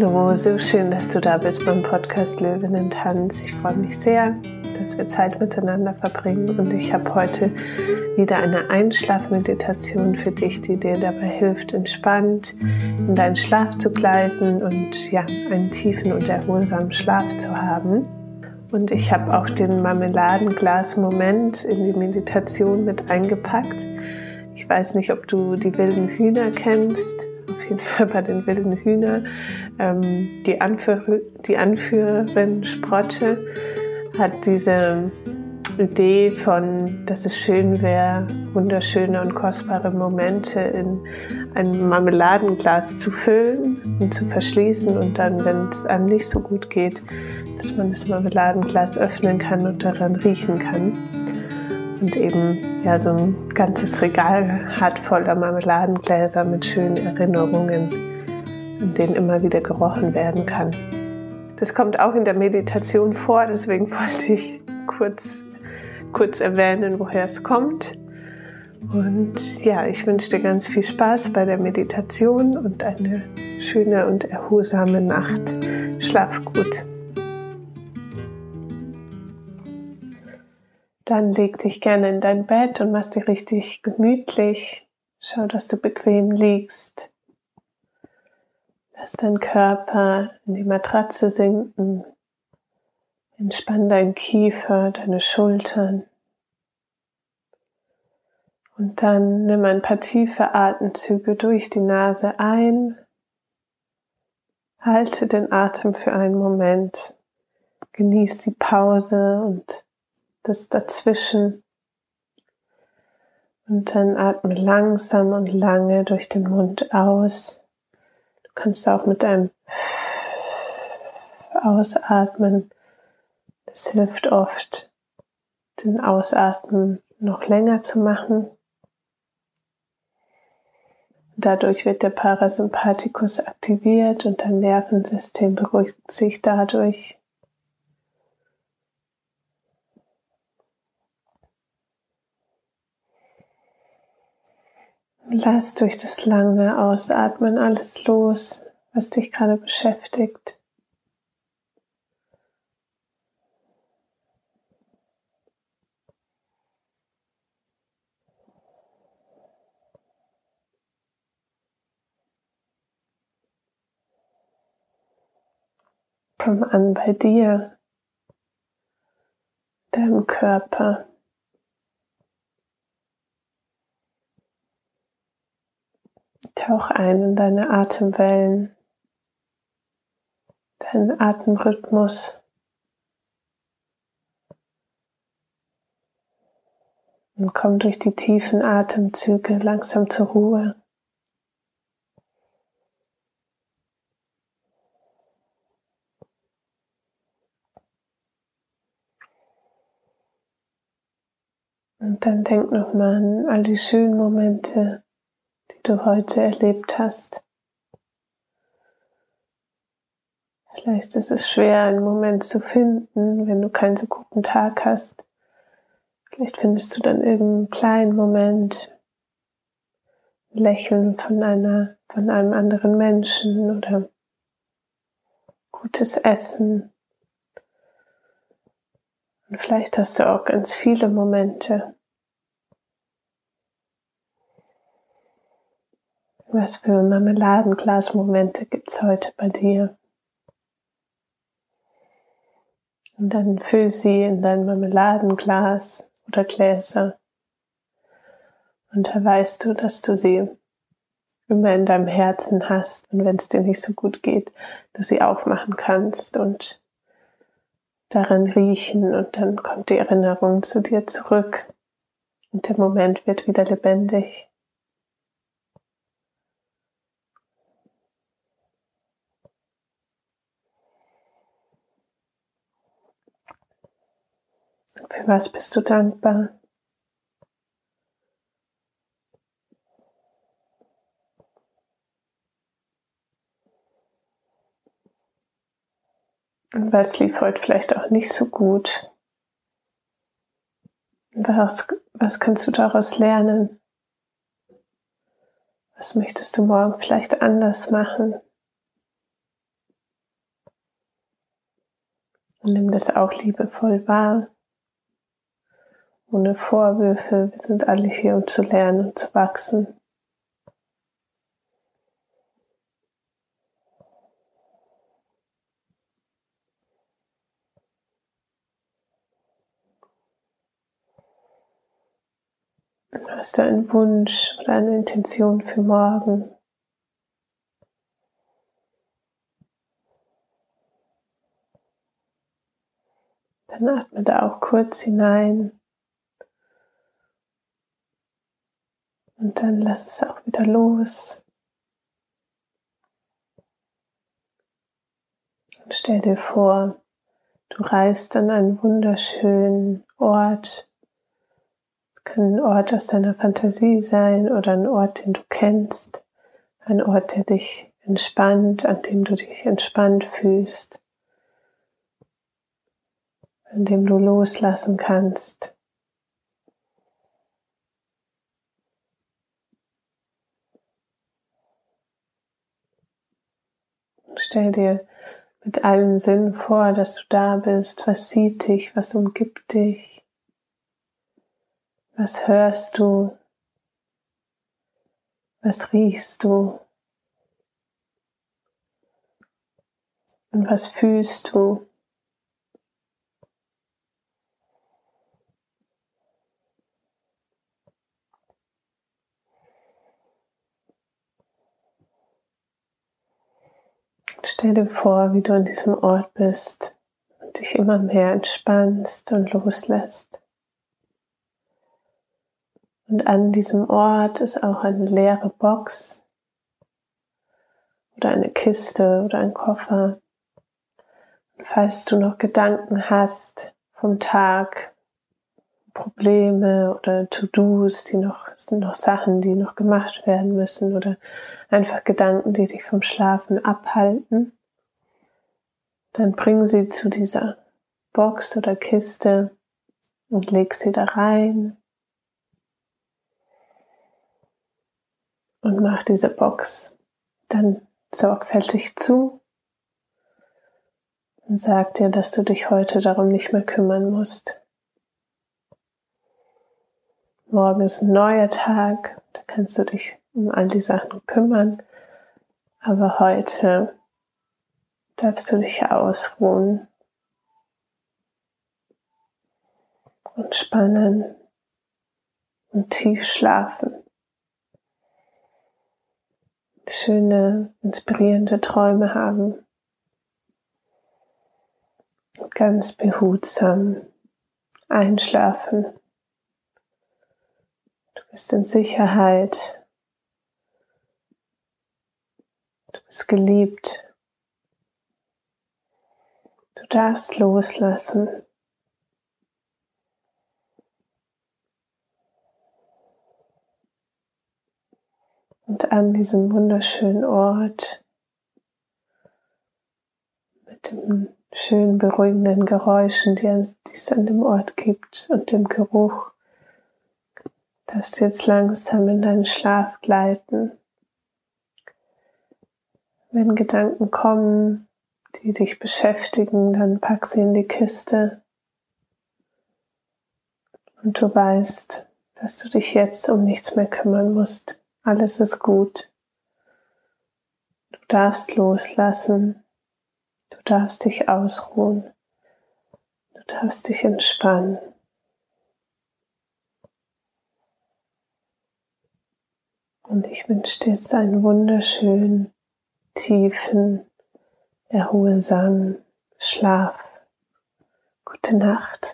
Hallo, so schön, dass du da bist beim Podcast Löwinnen-Tanz. Ich freue mich sehr, dass wir Zeit miteinander verbringen und ich habe heute wieder eine Einschlafmeditation für dich, die dir dabei hilft, entspannt in deinen Schlaf zu gleiten und einen tiefen und erholsamen Schlaf zu haben. Und ich habe auch den Marmeladenglas-Moment in die Meditation mit eingepackt. Ich weiß nicht, ob du die wilden Hühner kennst. Auf jeden Fall bei den wilden Hühnern. Die Anführerin Sprotte hat diese Idee von, dass es schön wäre, wunderschöne und kostbare Momente in ein Marmeladenglas zu füllen und zu verschließen und dann, wenn es einem nicht so gut geht, dass man das Marmeladenglas öffnen kann und daran riechen kann. Und eben so ein ganzes Regal hat voller Marmeladengläser mit schönen Erinnerungen, in denen immer wieder gerochen werden kann. Das kommt auch in der Meditation vor, deswegen wollte ich kurz erwähnen, woher es kommt. Und ich wünsche dir ganz viel Spaß bei der Meditation und eine schöne und erholsame Nacht. Schlaf gut. Dann leg dich gerne in dein Bett und mach dir richtig gemütlich. Schau, dass du bequem liegst. Lass deinen Körper in die Matratze sinken. Entspann deinen Kiefer, deine Schultern. Und dann nimm ein paar tiefe Atemzüge durch die Nase ein. Halte den Atem für einen Moment. Genieß die Pause und das Dazwischen. Und dann atme langsam und lange durch den Mund aus. Du kannst auch mit einem Ausatmen. Das hilft oft, den Ausatmen noch länger zu machen. Dadurch wird der Parasympathikus aktiviert und dein Nervensystem beruhigt sich dadurch. Lass durch das lange Ausatmen alles los, was dich gerade beschäftigt. Komm an bei dir, deinem Körper. Tauch ein in deine Atemwellen, deinen Atemrhythmus und komm durch die tiefen Atemzüge langsam zur Ruhe. Und dann denk nochmal an all die schönen Momente, die du heute erlebt hast. Vielleicht ist es schwer, einen Moment zu finden, wenn du keinen so guten Tag hast. Vielleicht findest du dann irgendeinen kleinen Moment, ein Lächeln von einem anderen Menschen oder gutes Essen. Und vielleicht hast du auch ganz viele Momente. Was für Marmeladenglas-Momente gibt es heute bei dir? Und dann füll sie in dein Marmeladenglas oder Gläser. Und da weißt du, dass du sie immer in deinem Herzen hast. Und wenn es dir nicht so gut geht, du sie aufmachen kannst und daran riechen. Und dann kommt die Erinnerung zu dir zurück. Und der Moment wird wieder lebendig. Für was bist du dankbar? Und was lief heute vielleicht auch nicht so gut? Was kannst du daraus lernen? Was möchtest du morgen vielleicht anders machen? Und nimm das auch liebevoll wahr, ohne Vorwürfe. Wir sind alle hier, um zu lernen und zu wachsen. Hast du einen Wunsch oder eine Intention für morgen? Dann atme da auch kurz hinein und dann lass es auch wieder los. Und stell dir vor, du reist an einen wunderschönen Ort. Es kann ein Ort aus deiner Fantasie sein oder ein Ort, den du kennst. Ein Ort, der dich entspannt, an dem du dich entspannt fühlst, an dem du loslassen kannst. Und stell dir mit allen Sinnen vor, dass du da bist. Was sieht dich? Was umgibt dich? Was hörst du? Was riechst du? Und was fühlst du? Stell dir vor, wie du an diesem Ort bist und dich immer mehr entspannst und loslässt. Und an diesem Ort ist auch eine leere Box oder eine Kiste oder ein Koffer. Und falls du noch Gedanken hast vom Tag, Probleme oder To-Dos, sind noch Sachen, die noch gemacht werden müssen oder einfach Gedanken, die dich vom Schlafen abhalten, dann bring sie zu dieser Box oder Kiste und leg sie da rein und mach diese Box dann sorgfältig zu und sag dir, dass du dich heute darum nicht mehr kümmern musst. Morgen ist ein neuer Tag, da kannst du dich um all die Sachen kümmern, aber heute darfst du dich ausruhen, entspannen und tief schlafen. Schöne, inspirierende Träume haben und ganz behutsam einschlafen. Du bist in Sicherheit, du bist geliebt, du darfst loslassen. Und an diesem wunderschönen Ort mit den schönen beruhigenden Geräuschen, die es an dem Ort gibt und dem Geruch, darfst du jetzt langsam in deinen Schlaf gleiten. Wenn Gedanken kommen, die dich beschäftigen, dann pack sie in die Kiste und du weißt, dass du dich jetzt um nichts mehr kümmern musst. Alles ist gut. Du darfst loslassen. Du darfst dich ausruhen. Du darfst dich entspannen. Und ich wünsche dir jetzt einen wunderschönen, tiefen, erholsamen Schlaf. Gute Nacht.